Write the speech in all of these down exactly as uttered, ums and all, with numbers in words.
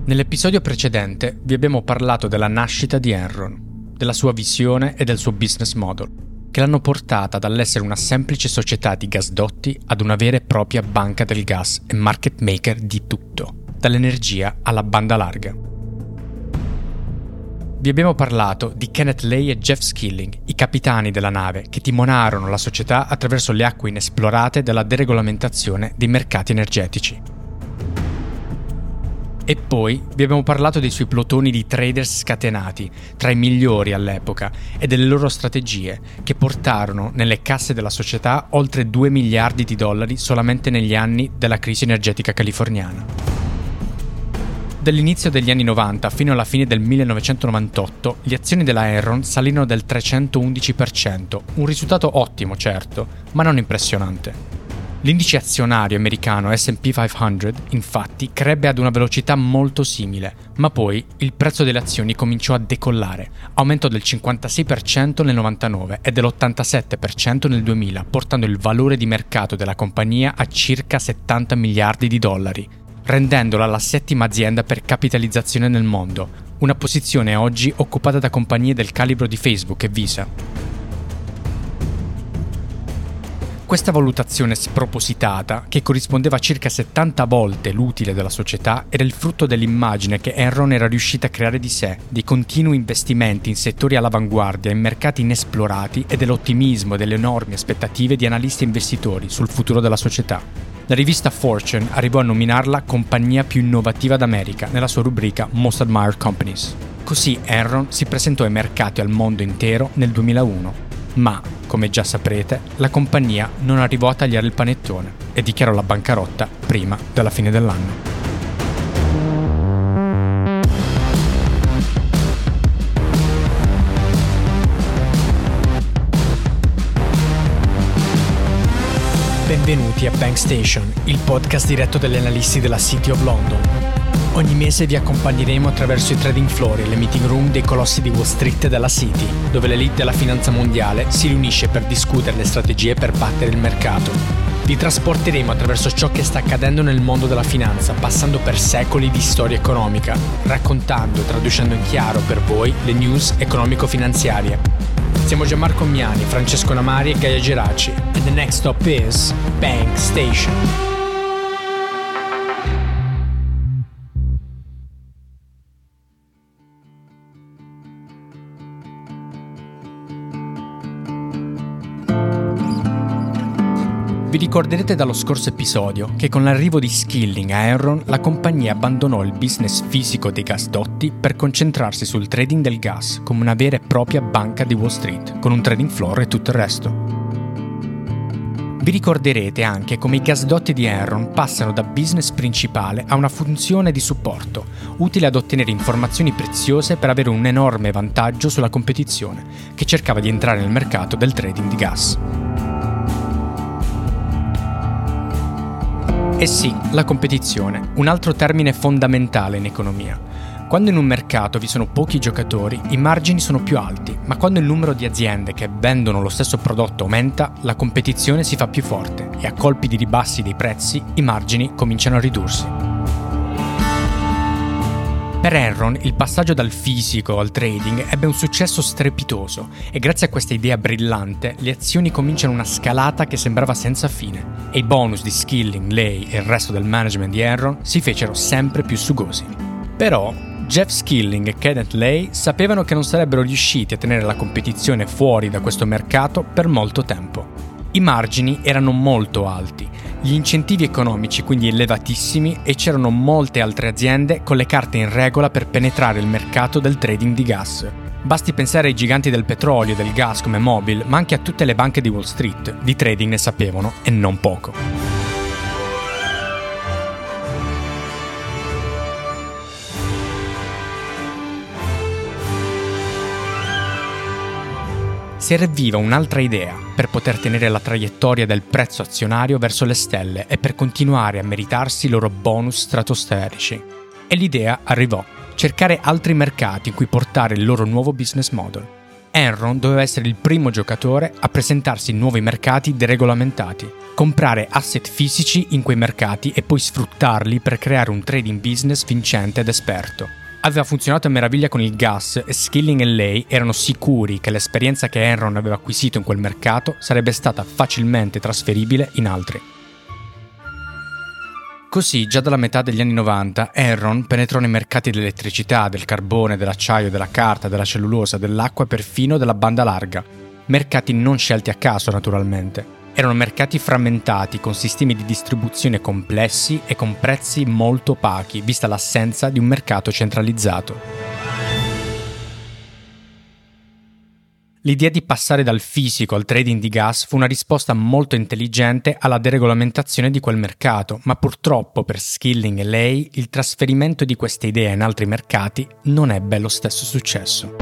Nell'episodio precedente vi abbiamo parlato della nascita di Enron, della sua visione e del suo business model, che l'hanno portata dall'essere una semplice società di gasdotti ad una vera e propria banca del gas e market maker di tutto, dall'energia alla banda larga. Vi abbiamo parlato di Kenneth Lay e Jeff Skilling, i capitani della nave che timonarono la società attraverso le acque inesplorate della deregolamentazione dei mercati energetici. E poi vi abbiamo parlato dei suoi plotoni di traders scatenati, tra i migliori all'epoca, e delle loro strategie, che portarono nelle casse della società oltre due miliardi di dollari solamente negli anni della crisi energetica californiana. Dall'inizio degli anni novanta fino alla fine del millenovecentonovantotto, le azioni della Enron salirono del trecentoundici per cento, un risultato ottimo certo, ma non impressionante. L'indice azionario americano S and P cinquecento, infatti, crebbe ad una velocità molto simile, ma poi il prezzo delle azioni cominciò a decollare, aumentò del cinquantasei per cento nel novantanove e dell'ottantasette per cento nel duemila, portando il valore di mercato della compagnia a circa settanta miliardi di dollari, rendendola la settima azienda per capitalizzazione nel mondo, una posizione oggi occupata da compagnie del calibro di Facebook e Visa. Questa valutazione spropositata, che corrispondeva a circa settanta volte l'utile della società, era il frutto dell'immagine che Enron era riuscita a creare di sé, dei continui investimenti in settori all'avanguardia, in mercati inesplorati e dell'ottimismo e delle enormi aspettative di analisti e investitori sul futuro della società. La rivista Fortune arrivò a nominarla compagnia più innovativa d'America nella sua rubrica Most Admired Companies. Così Enron si presentò ai mercati al mondo intero nel duemilauno. Ma, come già saprete, la compagnia non arrivò a tagliare il panettone e dichiarò la bancarotta prima della fine dell'anno. Benvenuti a Bank Station, il podcast diretto dagli analisti della City of London. Ogni mese vi accompagneremo attraverso i trading floor e le meeting room dei colossi di Wall Street e della City, dove l'elite della finanza mondiale si riunisce per discutere le strategie per battere il mercato. Vi trasporteremo attraverso ciò che sta accadendo nel mondo della finanza, passando per secoli di storia economica, raccontando e traducendo in chiaro per voi le news economico-finanziarie. Siamo Gianmarco Miani, Francesco Namari e Gaia Geraci, and the next stop is Bank Station. Vi ricorderete dallo scorso episodio che con l'arrivo di Skilling a Enron la compagnia abbandonò il business fisico dei gasdotti per concentrarsi sul trading del gas come una vera e propria banca di Wall Street, con un trading floor e tutto il resto. Vi ricorderete anche come i gasdotti di Enron passano da business principale a una funzione di supporto, utile ad ottenere informazioni preziose per avere un enorme vantaggio sulla competizione, che cercava di entrare nel mercato del trading di gas. E sì, la competizione, un altro termine fondamentale in economia. Quando in un mercato vi sono pochi giocatori, i margini sono più alti, ma quando il numero di aziende che vendono lo stesso prodotto aumenta, la competizione si fa più forte e a colpi di ribassi dei prezzi i margini cominciano a ridursi. Per Enron il passaggio dal fisico al trading ebbe un successo strepitoso e grazie a questa idea brillante le azioni cominciano una scalata che sembrava senza fine e i bonus di Skilling, Lay e il resto del management di Enron si fecero sempre più sugosi. Però Jeff Skilling e Kenneth Lay sapevano che non sarebbero riusciti a tenere la competizione fuori da questo mercato per molto tempo. I margini erano molto alti, gli incentivi economici quindi elevatissimi e c'erano molte altre aziende con le carte in regola per penetrare il mercato del trading di gas. Basti pensare ai giganti del petrolio e del gas come Mobil, ma anche a tutte le banche di Wall Street, di trading ne sapevano e non poco. Serviva un'altra idea per poter tenere la traiettoria del prezzo azionario verso le stelle e per continuare a meritarsi i loro bonus stratosferici. E l'idea arrivò: cercare altri mercati in cui portare il loro nuovo business model. Enron doveva essere il primo giocatore a presentarsi in nuovi mercati deregolamentati, comprare asset fisici in quei mercati e poi sfruttarli per creare un trading business vincente ed esperto. Aveva funzionato a meraviglia con il gas e Skilling e lei erano sicuri che l'esperienza che Enron aveva acquisito in quel mercato sarebbe stata facilmente trasferibile in altri. Così, già dalla metà degli anni novanta, Enron penetrò nei mercati dell'elettricità, del carbone, dell'acciaio, della carta, della cellulosa, dell'acqua e perfino della banda larga. Mercati non scelti a caso, naturalmente. Erano mercati frammentati, con sistemi di distribuzione complessi e con prezzi molto opachi, vista l'assenza di un mercato centralizzato. L'idea di passare dal fisico al trading di gas fu una risposta molto intelligente alla deregolamentazione di quel mercato, ma purtroppo per Skilling e lei il trasferimento di questa idea in altri mercati non ebbe lo stesso successo.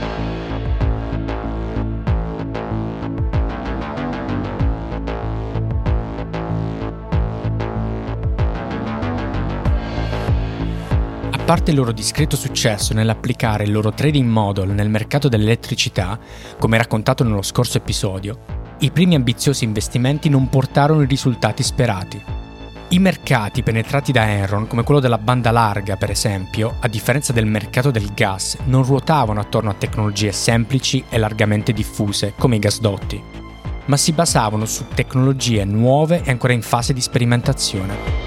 A parte il loro discreto successo nell'applicare il loro trading model nel mercato dell'elettricità, come raccontato nello scorso episodio, i primi ambiziosi investimenti non portarono i risultati sperati. I mercati penetrati da Enron, come quello della banda larga per esempio, a differenza del mercato del gas, non ruotavano attorno a tecnologie semplici e largamente diffuse, come i gasdotti, ma si basavano su tecnologie nuove e ancora in fase di sperimentazione.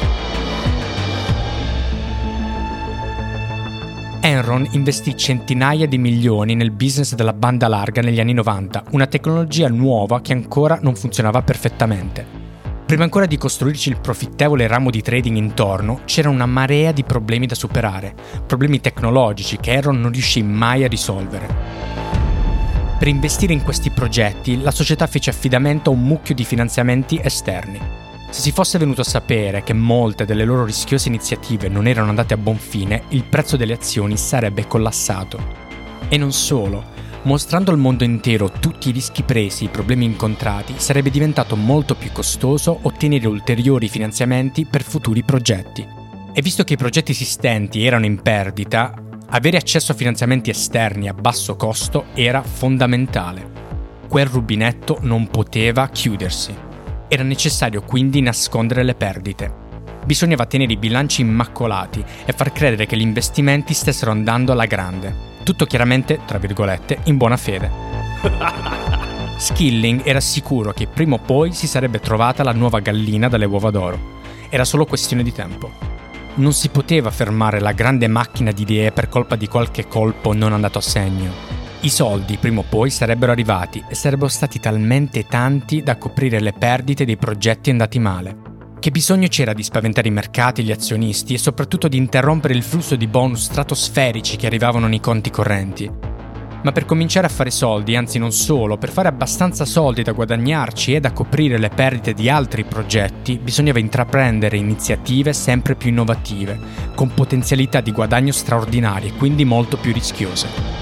Enron investì centinaia di milioni nel business della banda larga negli anni novanta, una tecnologia nuova che ancora non funzionava perfettamente. Prima ancora di costruirci il profittevole ramo di trading intorno, c'era una marea di problemi da superare, problemi tecnologici che Enron non riuscì mai a risolvere. Per investire in questi progetti, la società fece affidamento a un mucchio di finanziamenti esterni. Se si fosse venuto a sapere che molte delle loro rischiose iniziative non erano andate a buon fine, il prezzo delle azioni sarebbe collassato. E non solo, mostrando al mondo intero tutti i rischi presi e i problemi incontrati, sarebbe diventato molto più costoso ottenere ulteriori finanziamenti per futuri progetti. E visto che i progetti esistenti erano in perdita, avere accesso a finanziamenti esterni a basso costo era fondamentale. Quel rubinetto non poteva chiudersi. Era necessario quindi nascondere le perdite. Bisognava tenere i bilanci immacolati e far credere che gli investimenti stessero andando alla grande. Tutto chiaramente, tra virgolette, in buona fede. Skilling era sicuro che prima o poi si sarebbe trovata la nuova gallina dalle uova d'oro. Era solo questione di tempo. Non si poteva fermare la grande macchina di idee per colpa di qualche colpo non andato a segno. I soldi prima o poi sarebbero arrivati e sarebbero stati talmente tanti da coprire le perdite dei progetti andati male. Che bisogno c'era di spaventare i mercati e gli azionisti e soprattutto di interrompere il flusso di bonus stratosferici che arrivavano nei conti correnti? Ma per cominciare a fare soldi, anzi non solo, per fare abbastanza soldi da guadagnarci e da coprire le perdite di altri progetti, bisognava intraprendere iniziative sempre più innovative, con potenzialità di guadagno straordinarie, quindi molto più rischiose.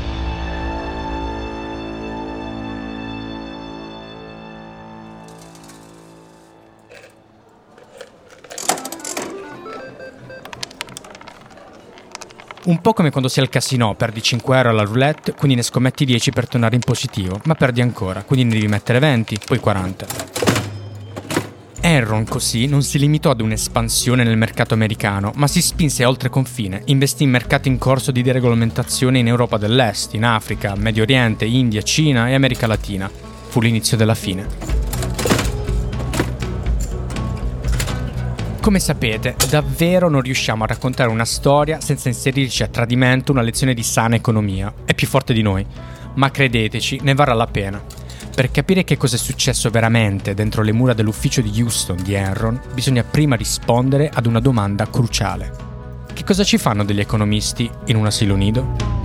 Un po' come quando sei al casino, perdi cinque euro alla roulette, quindi ne scommetti dieci per tornare in positivo, ma perdi ancora, quindi ne devi mettere venti, poi quaranta. Enron così non si limitò ad un'espansione nel mercato americano, ma si spinse oltre confine, investì in mercati in corso di deregolamentazione in Europa dell'Est, in Africa, Medio Oriente, India, Cina e America Latina. Fu l'inizio della fine. Come sapete, davvero non riusciamo a raccontare una storia senza inserirci a tradimento una lezione di sana economia. È più forte di noi, ma credeteci, ne varrà la pena. Per capire che cosa è successo veramente dentro le mura dell'ufficio di Houston di Enron, bisogna prima rispondere ad una domanda cruciale. Che cosa ci fanno degli economisti in un asilo nido?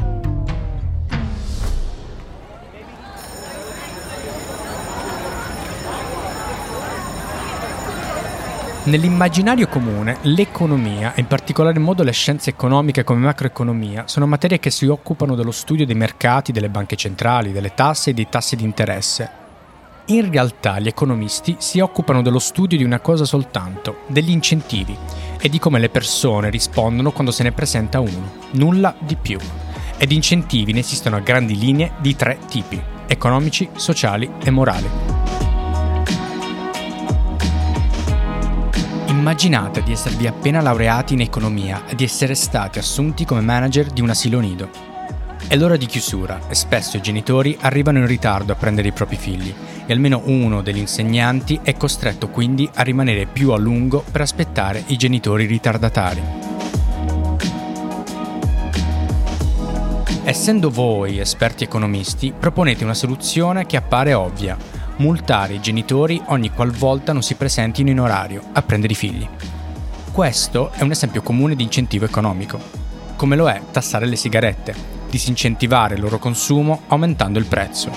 Nell'immaginario comune, l'economia, e in particolar modo le scienze economiche come macroeconomia, sono materie che si occupano dello studio dei mercati, delle banche centrali, delle tasse e dei tassi di interesse. In realtà gli economisti si occupano dello studio di una cosa soltanto, degli incentivi, e di come le persone rispondono quando se ne presenta uno. Nulla di più. E di incentivi ne esistono a grandi linee di tre tipi: economici, sociali e morali. Immaginate di esservi appena laureati in economia e di essere stati assunti come manager di un asilo nido. È l'ora di chiusura e spesso i genitori arrivano in ritardo a prendere i propri figli e almeno uno degli insegnanti è costretto quindi a rimanere più a lungo per aspettare i genitori ritardatari. Essendo voi esperti economisti, proponete una soluzione che appare ovvia: multare i genitori ogni qualvolta non si presentino in orario a prendere i figli. Questo è un esempio comune di incentivo economico, come lo è tassare le sigarette, disincentivare il loro consumo aumentando il prezzo.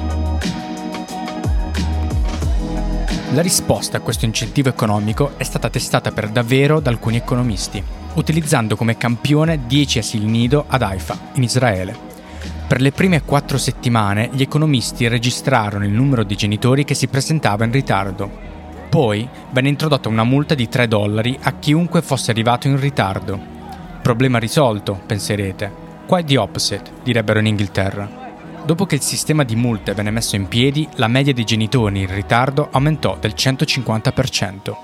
La risposta a questo incentivo economico è stata testata per davvero da alcuni economisti, utilizzando come campione dieci asili nido ad Haifa, in Israele. Per le prime quattro settimane gli economisti registrarono il numero di genitori che si presentava in ritardo. Poi venne introdotta una multa di tre dollari a chiunque fosse arrivato in ritardo. Problema risolto, penserete. Quite the opposite, direbbero in Inghilterra. Dopo che il sistema di multe venne messo in piedi, la media dei genitori in ritardo aumentò del centocinquanta per cento.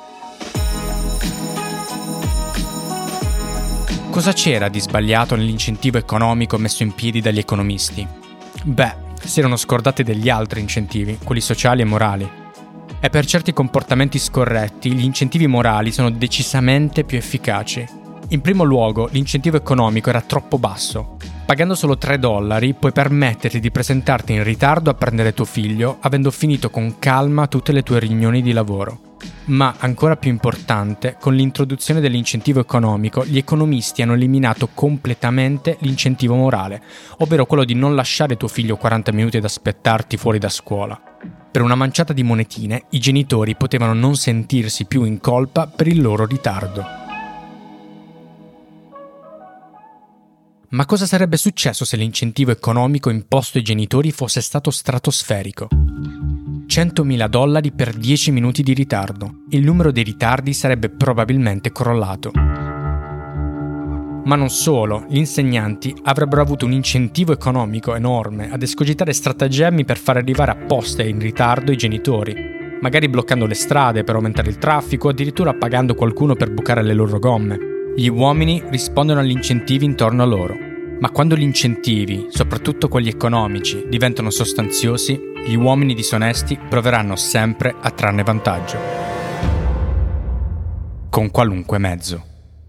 Cosa c'era di sbagliato nell'incentivo economico messo in piedi dagli economisti? Beh, si erano scordati degli altri incentivi, quelli sociali e morali. E per certi comportamenti scorretti, gli incentivi morali sono decisamente più efficaci. In primo luogo, l'incentivo economico era troppo basso. Pagando solo tre dollari puoi permetterti di presentarti in ritardo a prendere tuo figlio, avendo finito con calma tutte le tue riunioni di lavoro. Ma, ancora più importante, con l'introduzione dell'incentivo economico, gli economisti hanno eliminato completamente l'incentivo morale, ovvero quello di non lasciare tuo figlio quaranta minuti ad aspettarti fuori da scuola. Per una manciata di monetine, i genitori potevano non sentirsi più in colpa per il loro ritardo. Ma cosa sarebbe successo se l'incentivo economico imposto ai genitori fosse stato stratosferico? centomila dollari per dieci minuti di ritardo. Il numero dei ritardi sarebbe probabilmente crollato. Ma non solo, gli insegnanti avrebbero avuto un incentivo economico enorme ad escogitare stratagemmi per far arrivare apposta in ritardo i genitori, magari bloccando le strade per aumentare il traffico o addirittura pagando qualcuno per bucare le loro gomme. Gli uomini rispondono agli incentivi intorno a loro, ma quando gli incentivi, soprattutto quelli economici, diventano sostanziosi, gli uomini disonesti proveranno sempre a trarne vantaggio. Con qualunque mezzo.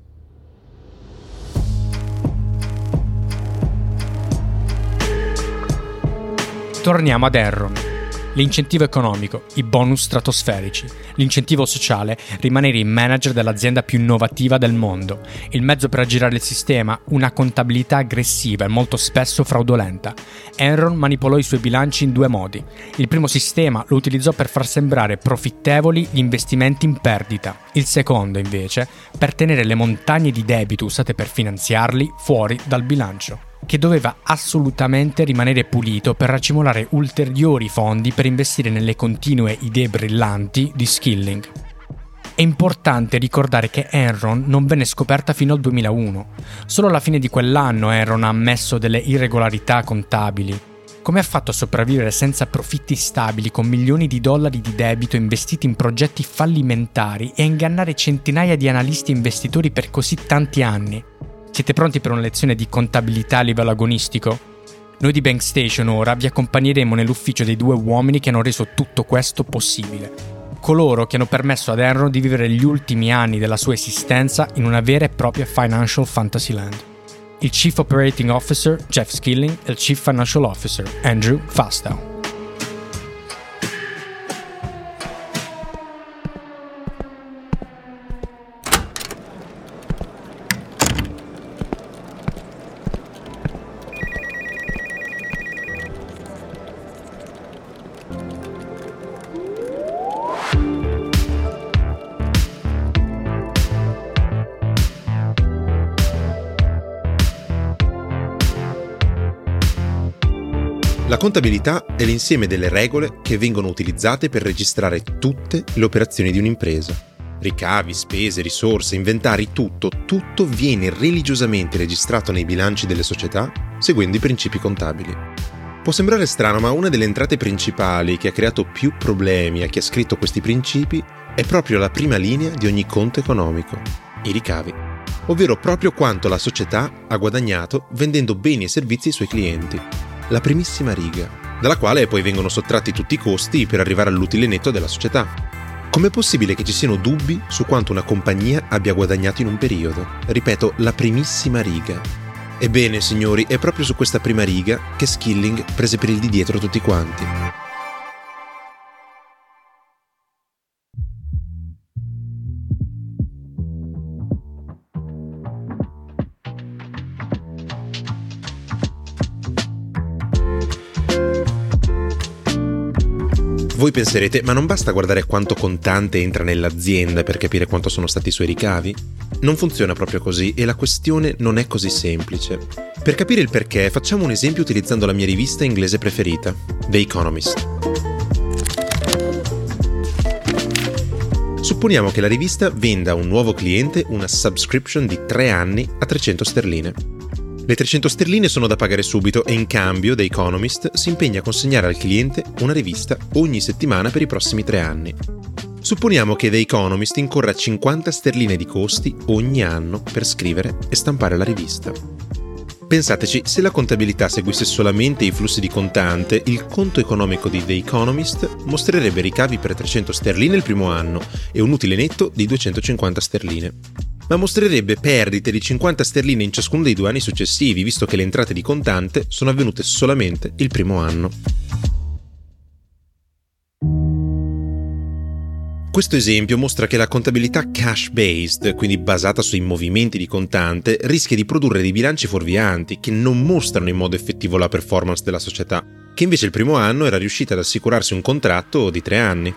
Torniamo ad Enron. L'incentivo economico, i bonus stratosferici, l'incentivo sociale, rimanere il manager dell'azienda più innovativa del mondo, il mezzo per aggirare il sistema, una contabilità aggressiva e molto spesso fraudolenta. Enron manipolò i suoi bilanci in due modi. Il primo sistema lo utilizzò per far sembrare profittevoli gli investimenti in perdita. Il secondo, invece, per tenere le montagne di debito usate per finanziarli fuori dal bilancio, che doveva assolutamente rimanere pulito per racimolare ulteriori fondi per investire nelle continue idee brillanti di skilling. È importante ricordare che Enron non venne scoperta fino al duemilauno. Solo alla fine di quell'anno Enron ha ammesso delle irregolarità contabili. Come ha fatto a sopravvivere senza profitti stabili con milioni di dollari di debito investiti in progetti fallimentari e a ingannare centinaia di analisti e investitori per così tanti anni? Siete pronti per una lezione di contabilità a livello agonistico? Noi di BankStation ora vi accompagneremo nell'ufficio dei due uomini che hanno reso tutto questo possibile. Coloro che hanno permesso ad Enron di vivere gli ultimi anni della sua esistenza in una vera e propria Financial Fantasyland. Il Chief Operating Officer Jeff Skilling e il Chief Financial Officer Andrew Fastow. La contabilità è l'insieme delle regole che vengono utilizzate per registrare tutte le operazioni di un'impresa. Ricavi, spese, risorse, inventari, tutto, tutto viene religiosamente registrato nei bilanci delle società seguendo i principi contabili. Può sembrare strano, ma una delle entrate principali che ha creato più problemi a chi ha scritto questi principi è proprio la prima linea di ogni conto economico, i ricavi, ovvero proprio quanto la società ha guadagnato vendendo beni e servizi ai suoi clienti, la primissima riga, dalla quale poi vengono sottratti tutti i costi per arrivare all'utile netto della società. Com'è possibile che ci siano dubbi su quanto una compagnia abbia guadagnato in un periodo? Ripeto, la primissima riga. Ebbene, signori, è proprio su questa prima riga che Skilling prese per il di dietro tutti quanti. Voi penserete, ma non basta guardare quanto contante entra nell'azienda per capire quanto sono stati i suoi ricavi? Non funziona proprio così e la questione non è così semplice. Per capire il perché, facciamo un esempio utilizzando la mia rivista inglese preferita, The Economist. Supponiamo che la rivista venda a un nuovo cliente una subscription di tre anni a trecento sterline. Le trecento sterline sono da pagare subito e in cambio The Economist si impegna a consegnare al cliente una rivista ogni settimana per i prossimi tre anni. Supponiamo che The Economist incorra cinquanta sterline di costi ogni anno per scrivere e stampare la rivista. Pensateci, se la contabilità seguisse solamente i flussi di contante, il conto economico di The Economist mostrerebbe ricavi per trecento sterline il primo anno e un utile netto di duecentocinquanta sterline. Ma mostrerebbe perdite di cinquanta sterline in ciascuno dei due anni successivi, visto che le entrate di contante sono avvenute solamente il primo anno. Questo esempio mostra che la contabilità cash-based, quindi basata sui movimenti di contante, rischia di produrre dei bilanci fuorvianti che non mostrano in modo effettivo la performance della società, che invece il primo anno era riuscita ad assicurarsi un contratto di tre anni.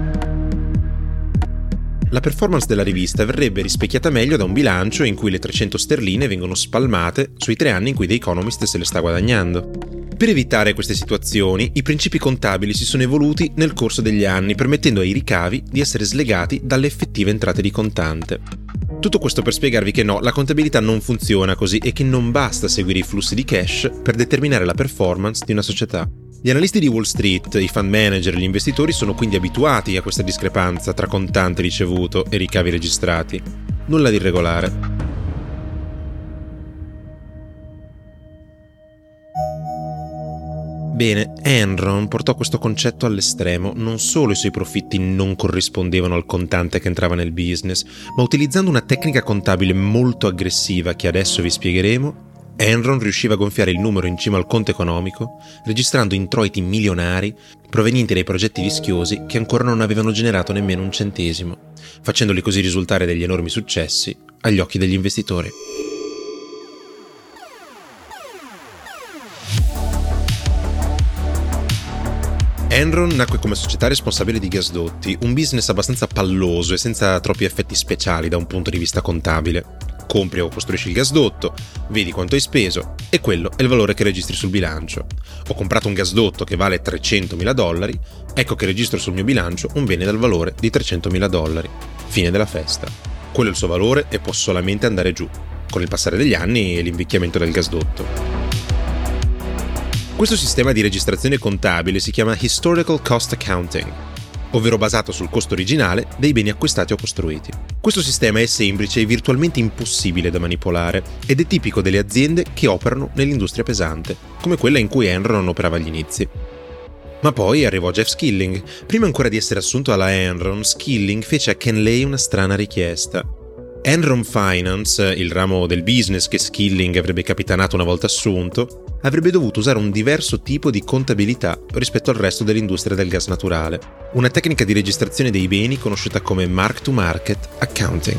La performance della rivista verrebbe rispecchiata meglio da un bilancio in cui le trecento sterline vengono spalmate sui tre anni in cui The Economist se le sta guadagnando. Per evitare queste situazioni, i principi contabili si sono evoluti nel corso degli anni, permettendo ai ricavi di essere slegati dalle effettive entrate di contante. Tutto questo per spiegarvi che no, la contabilità non funziona così e che non basta seguire i flussi di cash per determinare la performance di una società. Gli analisti di Wall Street, i fund manager e gli investitori sono quindi abituati a questa discrepanza tra contante ricevuto e ricavi registrati. Nulla di irregolare. Bene, Enron portò questo concetto all'estremo. Non solo i suoi profitti non corrispondevano al contante che entrava nel business, ma utilizzando una tecnica contabile molto aggressiva che adesso vi spiegheremo, Enron riusciva a gonfiare il numero in cima al conto economico, registrando introiti milionari provenienti dai progetti rischiosi che ancora non avevano generato nemmeno un centesimo, facendoli così risultare degli enormi successi agli occhi degli investitori. Enron nacque come società responsabile di gasdotti, un business abbastanza palloso e senza troppi effetti speciali da un punto di vista contabile. Compri o costruisci il gasdotto, vedi quanto hai speso e quello è il valore che registri sul bilancio. Ho comprato un gasdotto che vale trecentomila dollari, ecco che registro sul mio bilancio un bene dal valore di trecentomila dollari. Fine della festa. Quello è il suo valore e può solamente andare giù, con il passare degli anni e l'invecchiamento del gasdotto. Questo sistema di registrazione contabile si chiama Historical Cost Accounting, ovvero basato sul costo originale dei beni acquistati o costruiti. Questo sistema è semplice e virtualmente impossibile da manipolare ed è tipico delle aziende che operano nell'industria pesante, come quella in cui Enron operava agli inizi. Ma poi arrivò Jeff Skilling. Prima ancora di essere assunto alla Enron, Skilling fece a Ken Lay una strana richiesta. Enron Finance, il ramo del business che Skilling avrebbe capitanato una volta assunto, avrebbe dovuto usare un diverso tipo di contabilità rispetto al resto dell'industria del gas naturale, una tecnica di registrazione dei beni conosciuta come mark-to-market accounting.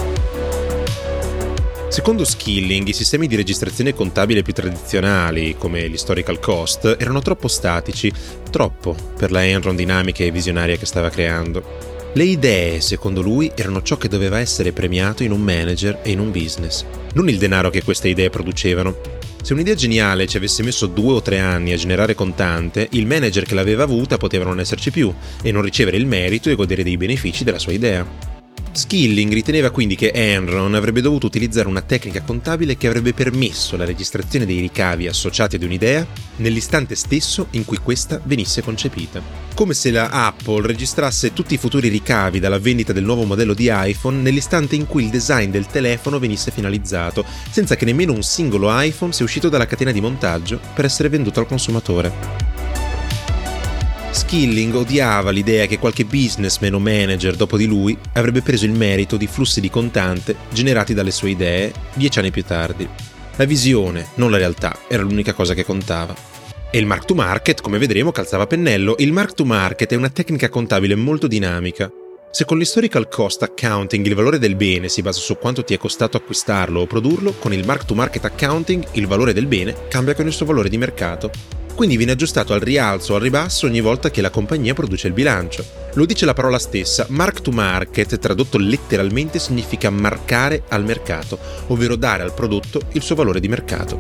Secondo Skilling, i sistemi di registrazione contabile più tradizionali, come l'historical cost, erano troppo statici, troppo per la Enron dinamica e visionaria che stava creando. Le idee, secondo lui, erano ciò che doveva essere premiato in un manager e in un business, non il denaro che queste idee producevano. Se un'idea geniale ci avesse messo due o tre anni a generare contante, il manager che l'aveva avuta poteva non esserci più e non ricevere il merito e godere dei benefici della sua idea. Skilling riteneva quindi che Enron avrebbe dovuto utilizzare una tecnica contabile che avrebbe permesso la registrazione dei ricavi associati ad un'idea nell'istante stesso in cui questa venisse concepita. Come se la Apple registrasse tutti i futuri ricavi dalla vendita del nuovo modello di iPhone nell'istante in cui il design del telefono venisse finalizzato, senza che nemmeno un singolo iPhone sia uscito dalla catena di montaggio per essere venduto al consumatore. Skilling odiava l'idea che qualche businessman o manager dopo di lui avrebbe preso il merito di flussi di contante generati dalle sue idee dieci anni più tardi. La visione, non la realtà, era l'unica cosa che contava. E il mark to market, come vedremo, calzava a pennello. Il mark to market è una tecnica contabile molto dinamica. Se con l'historical cost accounting il valore del bene si basa su quanto ti è costato acquistarlo o produrlo, con il mark to market accounting il valore del bene cambia con il suo valore di mercato. Quindi viene aggiustato al rialzo o al ribasso ogni volta che la compagnia produce il bilancio. Lo dice la parola stessa, mark to market, tradotto letteralmente, significa marcare al mercato, ovvero dare al prodotto il suo valore di mercato.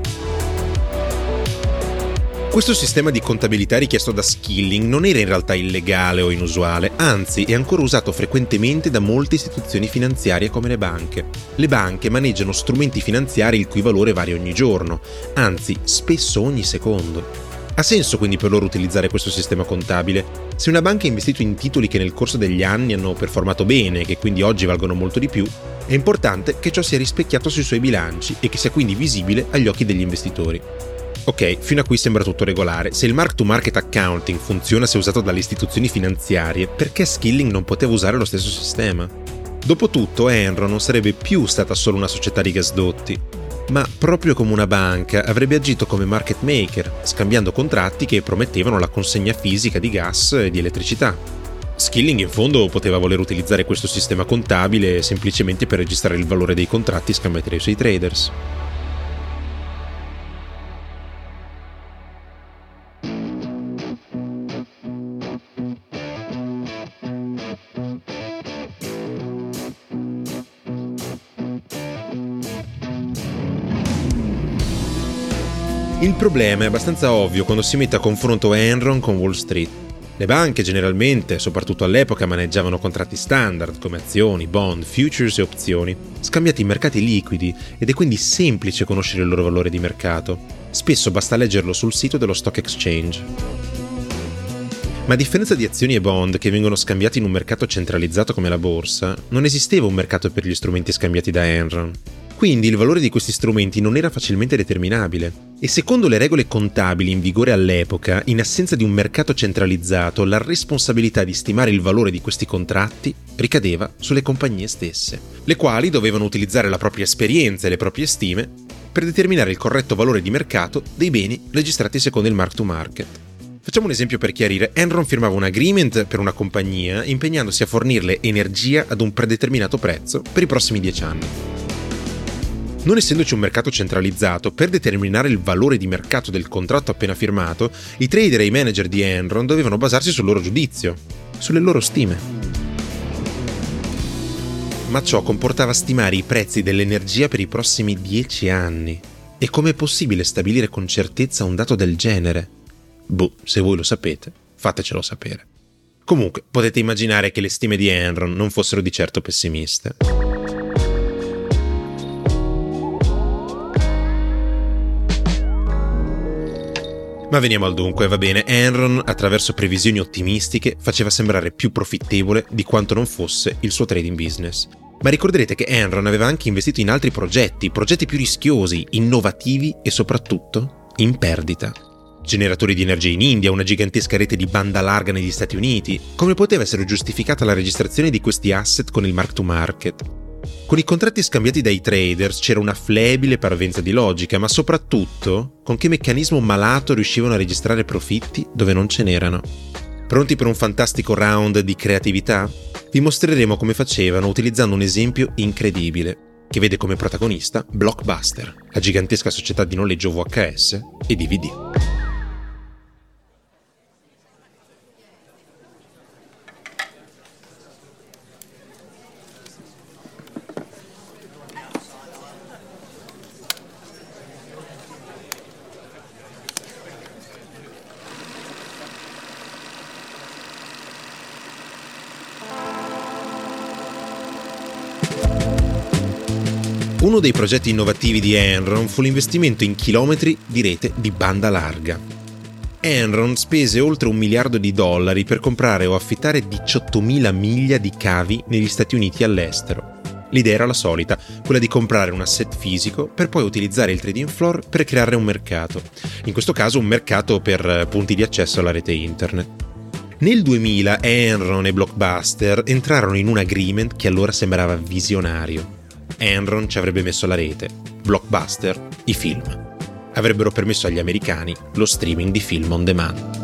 Questo sistema di contabilità richiesto da Skilling non era in realtà illegale o inusuale, anzi è ancora usato frequentemente da molte istituzioni finanziarie come le banche. Le banche maneggiano strumenti finanziari il cui valore varia ogni giorno, anzi spesso ogni secondo. Ha senso quindi per loro utilizzare questo sistema contabile? Se una banca ha investito in titoli che nel corso degli anni hanno performato bene e che quindi oggi valgono molto di più, è importante che ciò sia rispecchiato sui suoi bilanci e che sia quindi visibile agli occhi degli investitori. Ok, fino a qui sembra tutto regolare. Se il mark-to-market accounting funziona se usato dalle istituzioni finanziarie, perché Skilling non poteva usare lo stesso sistema? Dopotutto, Enron non sarebbe più stata solo una società di gasdotti, ma proprio come una banca avrebbe agito come market maker, scambiando contratti che promettevano la consegna fisica di gas e di elettricità. Skilling in fondo poteva voler utilizzare questo sistema contabile semplicemente per registrare il valore dei contratti scambiati dai suoi traders. Il problema è abbastanza ovvio quando si mette a confronto Enron con Wall Street. Le banche generalmente, soprattutto all'epoca, maneggiavano contratti standard come azioni, bond, futures e opzioni, scambiati in mercati liquidi ed è quindi semplice conoscere il loro valore di mercato. Spesso basta leggerlo sul sito dello stock exchange. Ma a differenza di azioni e bond che vengono scambiati in un mercato centralizzato come la borsa, non esisteva un mercato per gli strumenti scambiati da Enron. Quindi il valore di questi strumenti non era facilmente determinabile. E secondo le regole contabili in vigore all'epoca, in assenza di un mercato centralizzato, la responsabilità di stimare il valore di questi contratti ricadeva sulle compagnie stesse, le quali dovevano utilizzare la propria esperienza e le proprie stime per determinare il corretto valore di mercato dei beni registrati secondo il mark to market. Facciamo un esempio per chiarire. Enron firmava un agreement per una compagnia impegnandosi a fornirle energia ad un predeterminato prezzo per i prossimi dieci anni. Non essendoci un mercato centralizzato, per determinare il valore di mercato del contratto appena firmato, i trader e i manager di Enron dovevano basarsi sul loro giudizio, sulle loro stime. Ma ciò comportava stimare i prezzi dell'energia per i prossimi dieci anni. E com'è possibile stabilire con certezza un dato del genere? Boh, se voi lo sapete, fatecelo sapere. Comunque, potete immaginare che le stime di Enron non fossero di certo pessimiste. Ma veniamo al dunque, va bene, Enron, attraverso previsioni ottimistiche, faceva sembrare più profittevole di quanto non fosse il suo trading business. Ma ricorderete che Enron aveva anche investito in altri progetti, progetti più rischiosi, innovativi e soprattutto in perdita. Generatori di energia in India, una gigantesca rete di banda larga negli Stati Uniti. Come poteva essere giustificata la registrazione di questi asset con il mark to market? Con i contratti scambiati dai traders c'era una flebile parvenza di logica, ma soprattutto con che meccanismo malato riuscivano a registrare profitti dove non ce n'erano. Pronti per un fantastico round di creatività? Vi mostreremo come facevano utilizzando un esempio incredibile, che vede come protagonista Blockbuster, la gigantesca società di noleggio V H S e D V D. Uno dei progetti innovativi di Enron fu l'investimento in chilometri di rete di banda larga. Enron spese oltre un miliardo di dollari per comprare o affittare diciottomila miglia di cavi negli Stati Uniti e all'estero. L'idea era la solita, quella di comprare un asset fisico per poi utilizzare il trading floor per creare un mercato. In questo caso un mercato per punti di accesso alla rete internet. Nel duemila Enron e Blockbuster entrarono in un agreement che allora sembrava visionario. Enron ci avrebbe messo la rete, Blockbuster i film. Avrebbero permesso agli americani lo streaming di film on demand.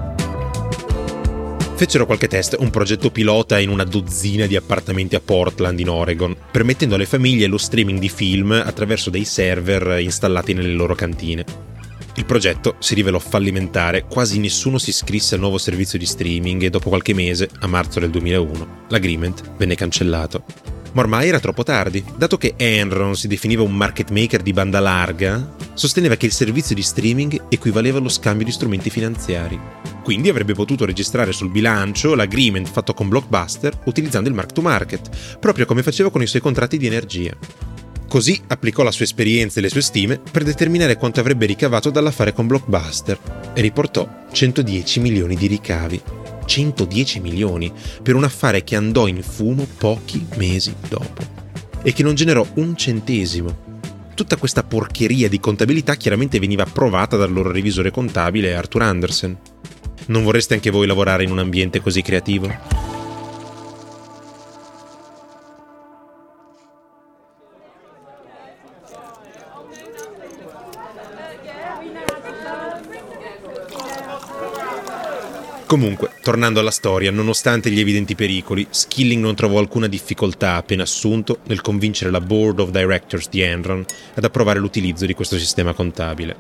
Fecero qualche test, un progetto pilota in una dozzina di appartamenti a Portland in Oregon, permettendo alle famiglie lo streaming di film attraverso dei server installati nelle loro cantine. Il progetto si rivelò fallimentare, quasi nessuno si iscrisse al nuovo servizio di streaming e dopo qualche mese, a marzo del duemilauno, l'agreement venne cancellato. Ma ormai era troppo tardi, dato che Enron si definiva un market maker di banda larga, sosteneva che il servizio di streaming equivaleva allo scambio di strumenti finanziari. Quindi avrebbe potuto registrare sul bilancio l'agreement fatto con Blockbuster utilizzando il mark to market, proprio come faceva con i suoi contratti di energia. Così applicò la sua esperienza e le sue stime per determinare quanto avrebbe ricavato dall'affare con Blockbuster e riportò centodieci milioni di ricavi. centodieci milioni per un affare che andò in fumo pochi mesi dopo e che non generò un centesimo. Tutta questa porcheria di contabilità chiaramente veniva approvata dal loro revisore contabile Arthur Andersen. Non vorreste anche voi lavorare in un ambiente così creativo? Comunque, tornando alla storia, nonostante gli evidenti pericoli, Skilling non trovò alcuna difficoltà appena assunto nel convincere la Board of Directors di Enron ad approvare l'utilizzo di questo sistema contabile.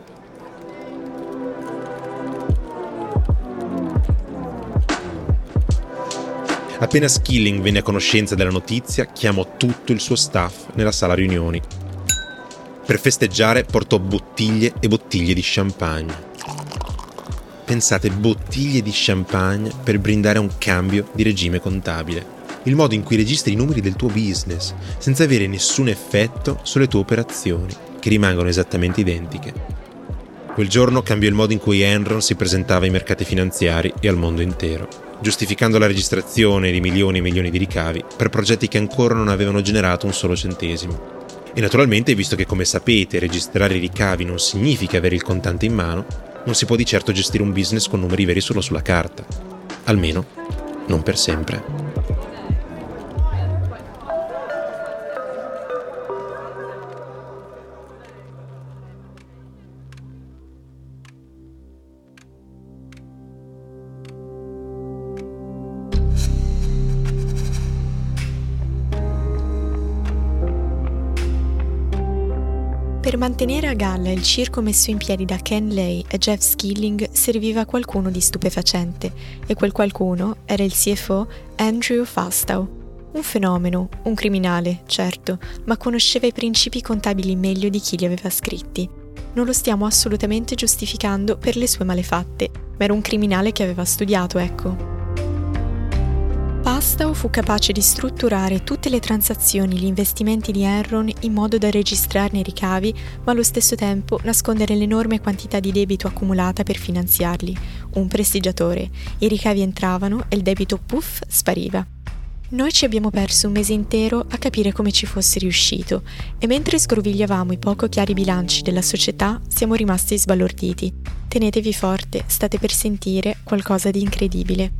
Appena Skilling venne a conoscenza della notizia, chiamò tutto il suo staff nella sala riunioni. Per festeggiare portò bottiglie e bottiglie di champagne. Pensate, bottiglie di champagne per brindare a un cambio di regime contabile. Il modo in cui registri i numeri del tuo business, senza avere nessun effetto sulle tue operazioni, che rimangono esattamente identiche. Quel giorno cambiò il modo in cui Enron si presentava ai mercati finanziari e al mondo intero, giustificando la registrazione di milioni e milioni di ricavi per progetti che ancora non avevano generato un solo centesimo. E naturalmente, visto che, come sapete, registrare i ricavi non significa avere il contante in mano, non si può di certo gestire un business con numeri veri solo sulla carta. Almeno, non per sempre. Per mantenere a galla il circo messo in piedi da Ken Lay e Jeff Skilling serviva qualcuno di stupefacente, e quel qualcuno era il C F O Andrew Fastow. Un fenomeno, un criminale, certo, ma conosceva i principi contabili meglio di chi li aveva scritti. Non lo stiamo assolutamente giustificando per le sue malefatte, ma era un criminale che aveva studiato, ecco. Fastow fu capace di strutturare tutte le transazioni e gli investimenti di Enron in modo da registrarne i ricavi, ma allo stesso tempo nascondere l'enorme quantità di debito accumulata per finanziarli. Un prestigiatore. I ricavi entravano e il debito, puff, spariva. Noi ci abbiamo perso un mese intero a capire come ci fosse riuscito, e mentre sgrovigliavamo i poco chiari bilanci della società siamo rimasti sbalorditi. Tenetevi forte, state per sentire qualcosa di incredibile.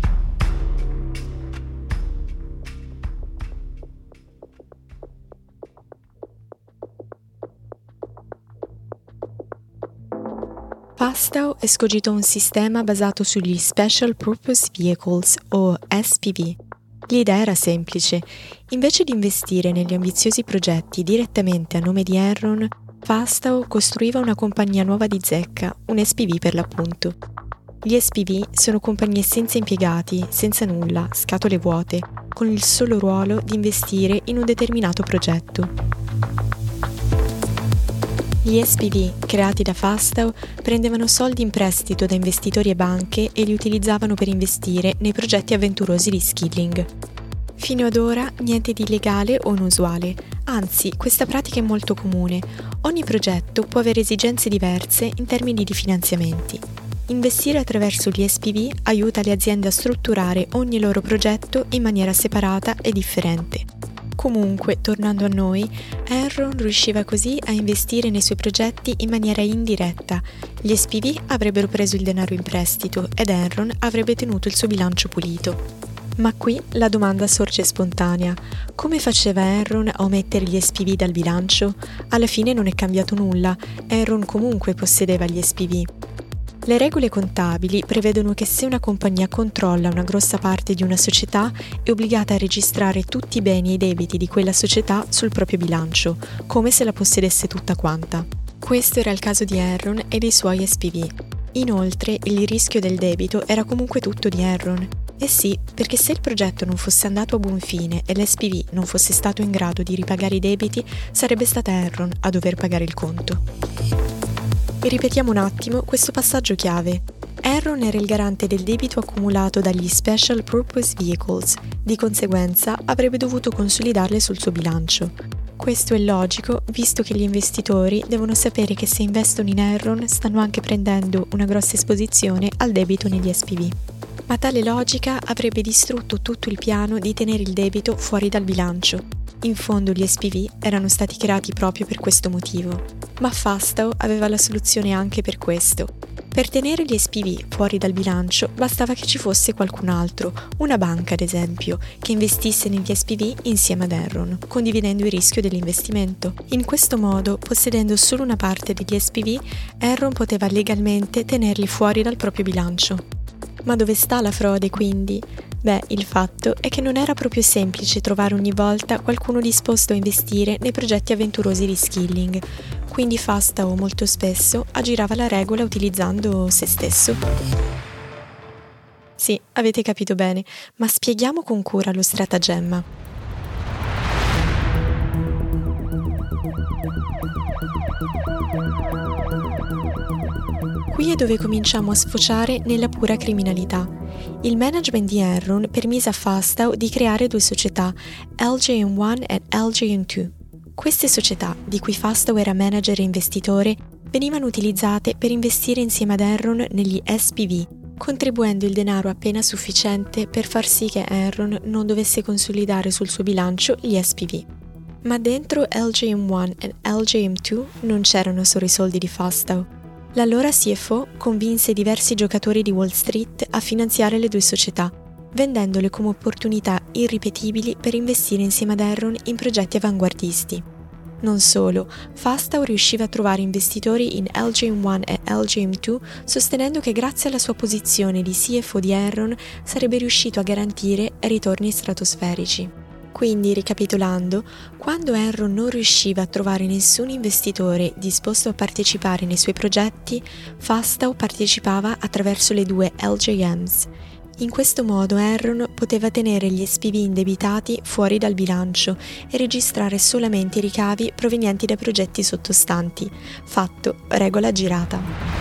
Fastow escogitò un sistema basato sugli Special Purpose Vehicles, o S P V. L'idea era semplice. Invece di investire negli ambiziosi progetti direttamente a nome di Enron, Fastow costruiva una compagnia nuova di zecca, un S P V per l'appunto. Gli S P V sono compagnie senza impiegati, senza nulla, scatole vuote, con il solo ruolo di investire in un determinato progetto. Gli S P V, creati da Fastow, prendevano soldi in prestito da investitori e banche e li utilizzavano per investire nei progetti avventurosi di Skilling. Fino ad ora niente di illegale o inusuale, Anzi, questa pratica è molto comune. Ogni progetto può avere esigenze diverse in termini di finanziamenti. Investire attraverso gli S P V aiuta le aziende a strutturare ogni loro progetto in maniera separata e differente. Comunque, tornando a noi, Enron riusciva così a investire nei suoi progetti in maniera indiretta. Gli S P V avrebbero preso il denaro in prestito ed Enron avrebbe tenuto il suo bilancio pulito. Ma qui la domanda sorge spontanea. Come faceva Enron a omettere gli S P V dal bilancio? Alla fine non è cambiato nulla. Enron comunque possedeva gli S P V. Le regole contabili prevedono che se una compagnia controlla una grossa parte di una società è obbligata a registrare tutti i beni e i debiti di quella società sul proprio bilancio, come se la possedesse tutta quanta. Questo era il caso di Enron e dei suoi S P V. Inoltre, il rischio del debito era comunque tutto di Enron. Eh sì, perché se il progetto non fosse andato a buon fine e l'S P V non fosse stato in grado di ripagare i debiti, sarebbe stata Enron a dover pagare il conto. E ripetiamo un attimo questo passaggio chiave. Enron era il garante del debito accumulato dagli Special Purpose Vehicles, di conseguenza avrebbe dovuto consolidarle sul suo bilancio. Questo è logico, visto che gli investitori devono sapere che se investono in Enron stanno anche prendendo una grossa esposizione al debito negli S P V. Ma tale logica avrebbe distrutto tutto il piano di tenere il debito fuori dal bilancio. In fondo gli S P V erano stati creati proprio per questo motivo. Ma Fastow aveva la soluzione anche per questo. Per tenere gli S P V fuori dal bilancio bastava che ci fosse qualcun altro, una banca ad esempio, che investisse negli S P V insieme ad Enron, condividendo il rischio dell'investimento. In questo modo, possedendo solo una parte degli S P V, Enron poteva legalmente tenerli fuori dal proprio bilancio. Ma dove sta la frode quindi? Beh, il fatto è che non era proprio semplice trovare ogni volta qualcuno disposto a investire nei progetti avventurosi di skilling, quindi Fastow molto spesso aggirava la regola utilizzando se stesso. Sì, avete capito bene, ma spieghiamo con cura lo stratagemma. Qui è dove cominciamo a sfociare nella pura criminalità. Il management di Enron permise a Fastow di creare due società, L J M uno e L J M due. Queste società, di cui Fastow era manager e investitore, venivano utilizzate per investire insieme ad Enron negli S P V, contribuendo il denaro appena sufficiente per far sì che Enron non dovesse consolidare sul suo bilancio gli S P V. Ma dentro L J M uno e L J M due non c'erano solo i soldi di Fastow. L'allora C F O convinse diversi giocatori di Wall Street a finanziare le due società, vendendole come opportunità irripetibili per investire insieme ad Enron in progetti avanguardisti. Non solo, Fastow riusciva a trovare investitori in L J M uno e L J M due, sostenendo che grazie alla sua posizione di C F O di Enron sarebbe riuscito a garantire ritorni stratosferici. Quindi, ricapitolando, quando Enron non riusciva a trovare nessun investitore disposto a partecipare nei suoi progetti, Fastow partecipava attraverso le due L J Ms. In questo modo Enron poteva tenere gli S P V indebitati fuori dal bilancio e registrare solamente i ricavi provenienti da progetti sottostanti. Fatto, regola girata.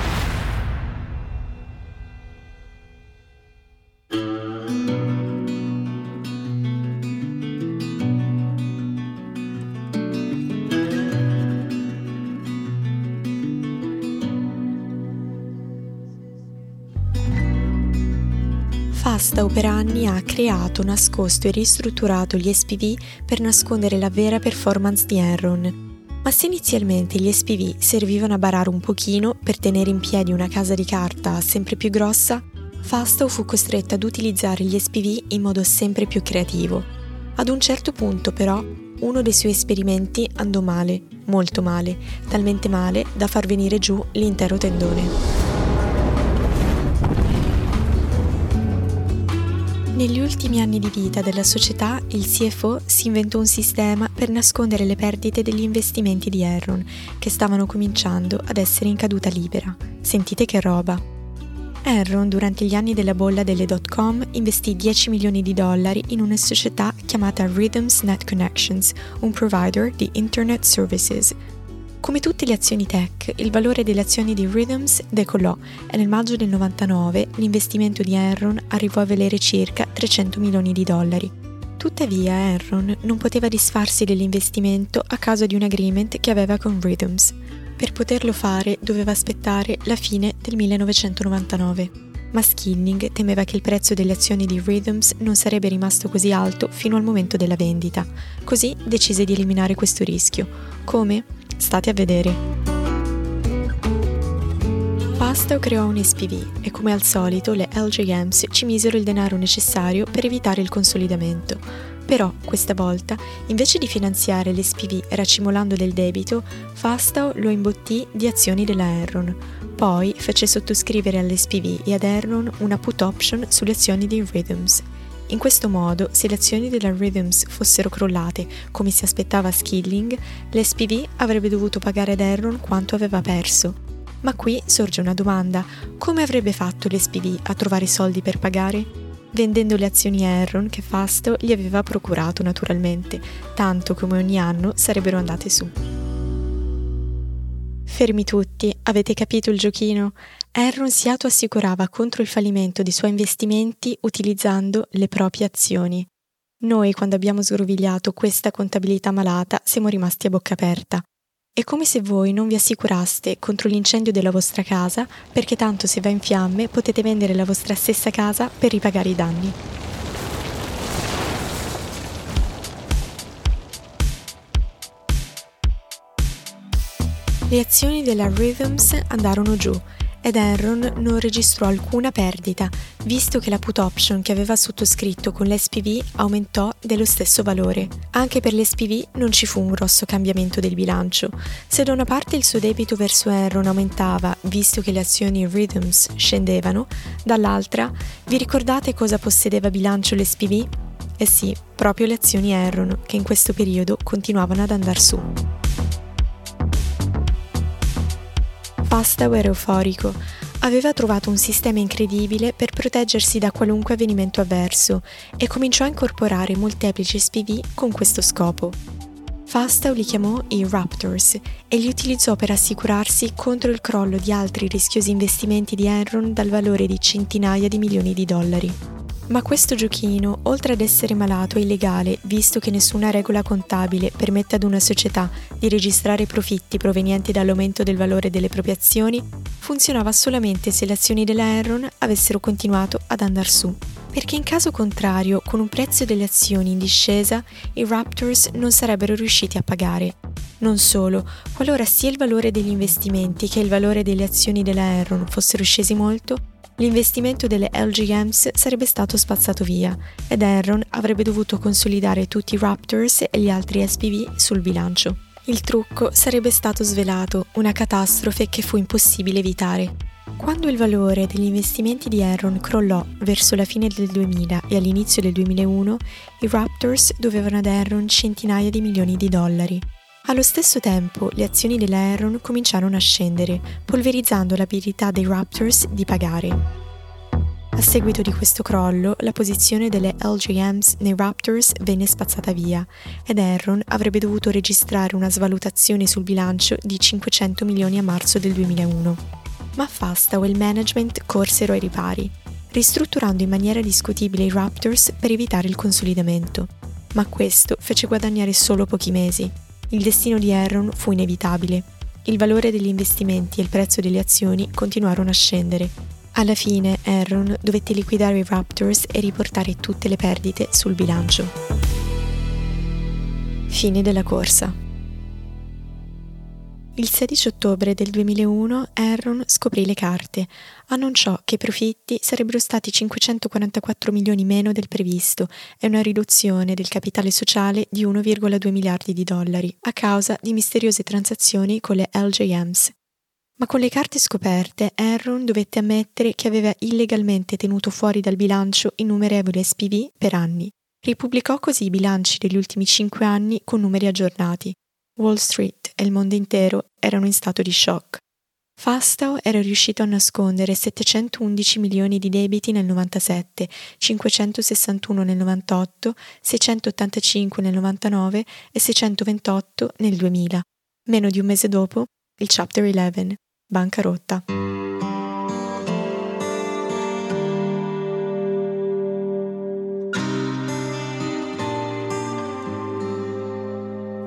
Fastow per anni ha creato, nascosto e ristrutturato gli S P V per nascondere la vera performance di Enron. Ma se inizialmente gli S P V servivano a barare un pochino per tenere in piedi una casa di carta sempre più grossa, Fastow fu costretto ad utilizzare gli S P V in modo sempre più creativo. Ad un certo punto, però, uno dei suoi esperimenti andò male, molto male, talmente male da far venire giù l'intero tendone. Negli ultimi anni di vita della società, il C F O si inventò un sistema per nascondere le perdite degli investimenti di Enron, che stavano cominciando ad essere in caduta libera. Sentite che roba! Enron, durante gli anni della bolla delle dot-com, investì dieci milioni di dollari in una società chiamata Rhythms Net Connections, un provider di Internet Services. Come tutte le azioni tech, il valore delle azioni di Rhythms decollò e nel maggio del novantanove l'investimento di Enron arrivò a valere circa trecento milioni di dollari. Tuttavia Enron non poteva disfarsi dell'investimento a causa di un agreement che aveva con Rhythms. Per poterlo fare doveva aspettare la fine del millenovecentonovantanove, ma Skilling temeva che il prezzo delle azioni di Rhythms non sarebbe rimasto così alto fino al momento della vendita, così decise di eliminare questo rischio. Come? State a vedere. Fastow creò un S P V e come al solito le L J M's ci misero il denaro necessario per evitare il consolidamento. Però, questa volta, invece di finanziare l'S P V racimolando del debito, Fastow lo imbottì di azioni della Enron. Poi fece sottoscrivere all'S P V e ad Enron una put option sulle azioni di Rhythms. In questo modo, se le azioni della Rhythms fossero crollate come si aspettava Skilling, l'S P V avrebbe dovuto pagare ad Enron quanto aveva perso. Ma qui sorge una domanda: come avrebbe fatto l'S P V a trovare soldi per pagare? Vendendo le azioni Enron che Fastow gli aveva procurato naturalmente, tanto come ogni anno sarebbero andate su. Fermi tutti, avete capito il giochino? Enron si autoassicurava contro il fallimento dei suoi investimenti utilizzando le proprie azioni. Noi, quando abbiamo sgrovigliato questa contabilità malata, siamo rimasti a bocca aperta. È come se voi non vi assicuraste contro l'incendio della vostra casa, perché tanto se va in fiamme potete vendere la vostra stessa casa per ripagare i danni. Le azioni della Rhythms andarono giù ed Enron non registrò alcuna perdita, visto che la put option che aveva sottoscritto con l'S P V aumentò dello stesso valore. Anche per l'S P V non ci fu un grosso cambiamento del bilancio. Se da una parte il suo debito verso Enron aumentava, visto che le azioni Rhythms scendevano, dall'altra, vi ricordate cosa possedeva bilancio l'S P V? Eh sì, proprio le azioni Enron, che in questo periodo continuavano ad andar su. Fastow era euforico. Aveva trovato un sistema incredibile per proteggersi da qualunque avvenimento avverso e cominciò a incorporare molteplici S P V con questo scopo. Fastow li chiamò i Raptors e li utilizzò per assicurarsi contro il crollo di altri rischiosi investimenti di Enron dal valore di centinaia di milioni di dollari. Ma questo giochino, oltre ad essere malato e illegale, visto che nessuna regola contabile permette ad una società di registrare profitti provenienti dall'aumento del valore delle proprie azioni, funzionava solamente se le azioni della Enron avessero continuato ad andar su. Perché in caso contrario, con un prezzo delle azioni in discesa, i Raptors non sarebbero riusciti a pagare. Non solo, qualora sia il valore degli investimenti che il valore delle azioni della Enron fossero scesi molto, l'investimento delle L G M's sarebbe stato spazzato via ed Enron avrebbe dovuto consolidare tutti i Raptors e gli altri S P V sul bilancio. Il trucco sarebbe stato svelato, una catastrofe che fu impossibile evitare. Quando il valore degli investimenti di Enron crollò verso la fine del duemila e all'inizio del duemilauno, i Raptors dovevano ad Enron centinaia di milioni di dollari. Allo stesso tempo, le azioni della Enron cominciarono a scendere, polverizzando l'abilità dei Raptors di pagare. A seguito di questo crollo, la posizione delle L J M's nei Raptors venne spazzata via ed Enron avrebbe dovuto registrare una svalutazione sul bilancio di cinquecento milioni a marzo del duemilauno. Ma Fastow e il management corsero ai ripari, ristrutturando in maniera discutibile i Raptors per evitare il consolidamento. Ma questo fece guadagnare solo pochi mesi. Il destino di Enron fu inevitabile. Il valore degli investimenti e il prezzo delle azioni continuarono a scendere. Alla fine Enron dovette liquidare i Raptors e riportare tutte le perdite sul bilancio. Fine della corsa. Il sedici ottobre del duemilauno Enron scoprì le carte, annunciò che i profitti sarebbero stati cinquecentoquarantaquattro milioni meno del previsto e una riduzione del capitale sociale di uno virgola due miliardi di dollari a causa di misteriose transazioni con le L J M's. Ma con le carte scoperte Enron dovette ammettere che aveva illegalmente tenuto fuori dal bilancio innumerevoli S P V per anni. Ripubblicò così i bilanci degli ultimi cinque anni con numeri aggiornati. Wall Street e il mondo intero erano in stato di shock. Fastow era riuscito a nascondere settecentoundici milioni di debiti nel novantasette, cinquecentosessantuno nel novantotto, seicentottantacinque nel novantanove e seicentoventotto nel duemila. Meno di un mese dopo, il Chapter undici, bancarotta.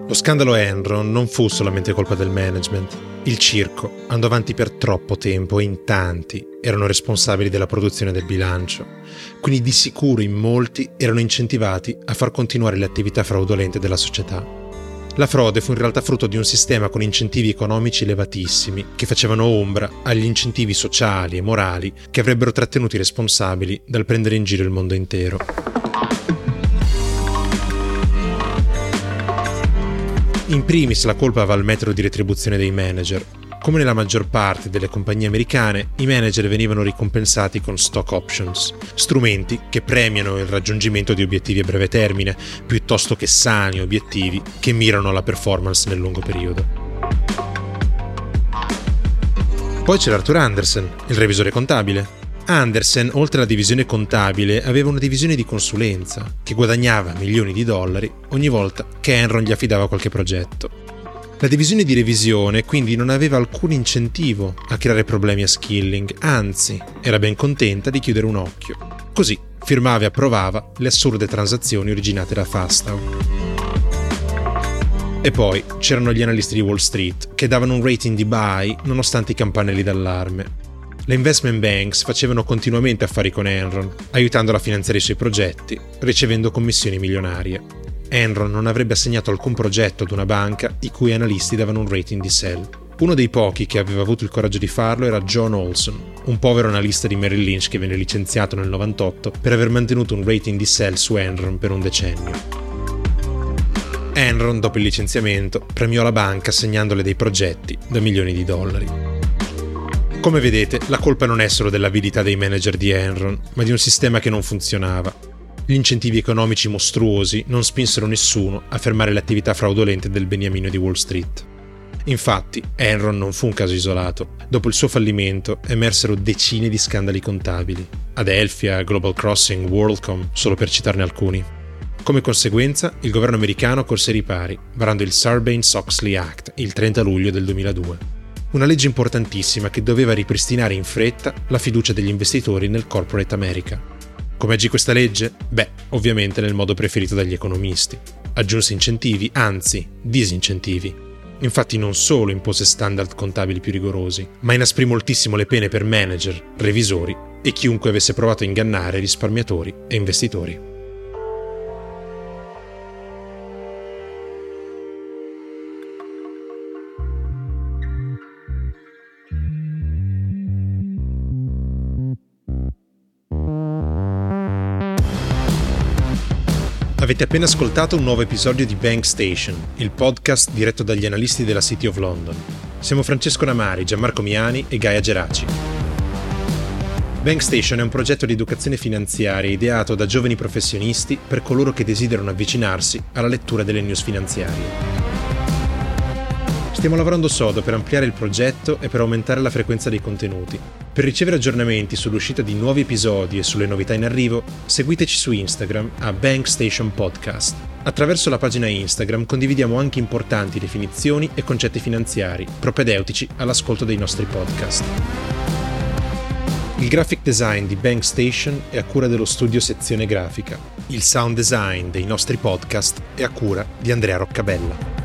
Lo scandalo Enron non fu solamente colpa del management. Il circo andò avanti per troppo tempo e in tanti erano responsabili della produzione del bilancio. Quindi di sicuro in molti erano incentivati a far continuare le attività fraudolente della società. La frode fu in realtà frutto di un sistema con incentivi economici elevatissimi che facevano ombra agli incentivi sociali e morali che avrebbero trattenuto i responsabili dal prendere in giro il mondo intero. In primis la colpa va al metodo di retribuzione dei manager. Come nella maggior parte delle compagnie americane, i manager venivano ricompensati con stock options, strumenti che premiano il raggiungimento di obiettivi a breve termine, piuttosto che sani obiettivi che mirano alla performance nel lungo periodo. Poi c'era Arthur Andersen, il revisore contabile. Andersen, oltre alla divisione contabile, aveva una divisione di consulenza, che guadagnava milioni di dollari ogni volta che Enron gli affidava qualche progetto. La divisione di revisione quindi non aveva alcun incentivo a creare problemi a Skilling, anzi, era ben contenta di chiudere un occhio. Così firmava e approvava le assurde transazioni originate da Fastow. E poi c'erano gli analisti di Wall Street, che davano un rating di buy nonostante i campanelli d'allarme. Le investment banks facevano continuamente affari con Enron, aiutandola a finanziare i suoi progetti, ricevendo commissioni milionarie. Enron non avrebbe assegnato alcun progetto ad una banca i cui analisti davano un rating di sell. Uno dei pochi che aveva avuto il coraggio di farlo era John Olson, un povero analista di Merrill Lynch che venne licenziato nel novantotto per aver mantenuto un rating di sell su Enron per un decennio. Enron, dopo il licenziamento, premiò la banca assegnandole dei progetti da milioni di dollari. Come vedete, la colpa non è solo dell'avidità dei manager di Enron, ma di un sistema che non funzionava. Gli incentivi economici mostruosi non spinsero nessuno a fermare le attività fraudolente del beniamino di Wall Street. Infatti, Enron non fu un caso isolato. Dopo il suo fallimento emersero decine di scandali contabili. Adelphia, Global Crossing, WorldCom, solo per citarne alcuni. Come conseguenza, il governo americano corse ai ripari, varando il Sarbanes-Oxley Act il trenta luglio del duemiladue. Una legge importantissima che doveva ripristinare in fretta la fiducia degli investitori nel corporate America. Come agì questa legge? Beh, ovviamente nel modo preferito dagli economisti. Aggiunse incentivi, anzi, disincentivi. Infatti non solo impose standard contabili più rigorosi, ma inasprì moltissimo le pene per manager, revisori e chiunque avesse provato a ingannare risparmiatori e investitori. Avete appena ascoltato un nuovo episodio di Bank Station, il podcast diretto dagli analisti della City of London. Siamo Francesco Namari, Gianmarco Miani e Gaia Geraci. Bank Station è un progetto di educazione finanziaria ideato da giovani professionisti per coloro che desiderano avvicinarsi alla lettura delle news finanziarie. Stiamo lavorando sodo per ampliare il progetto e per aumentare la frequenza dei contenuti. Per ricevere aggiornamenti sull'uscita di nuovi episodi e sulle novità in arrivo, seguiteci su Instagram a Bank Station Podcast. Attraverso la pagina Instagram condividiamo anche importanti definizioni e concetti finanziari, propedeutici all'ascolto dei nostri podcast. Il graphic design di Bank Station è a cura dello studio Sezione Grafica. Il sound design dei nostri podcast è a cura di Andrea Roccabella.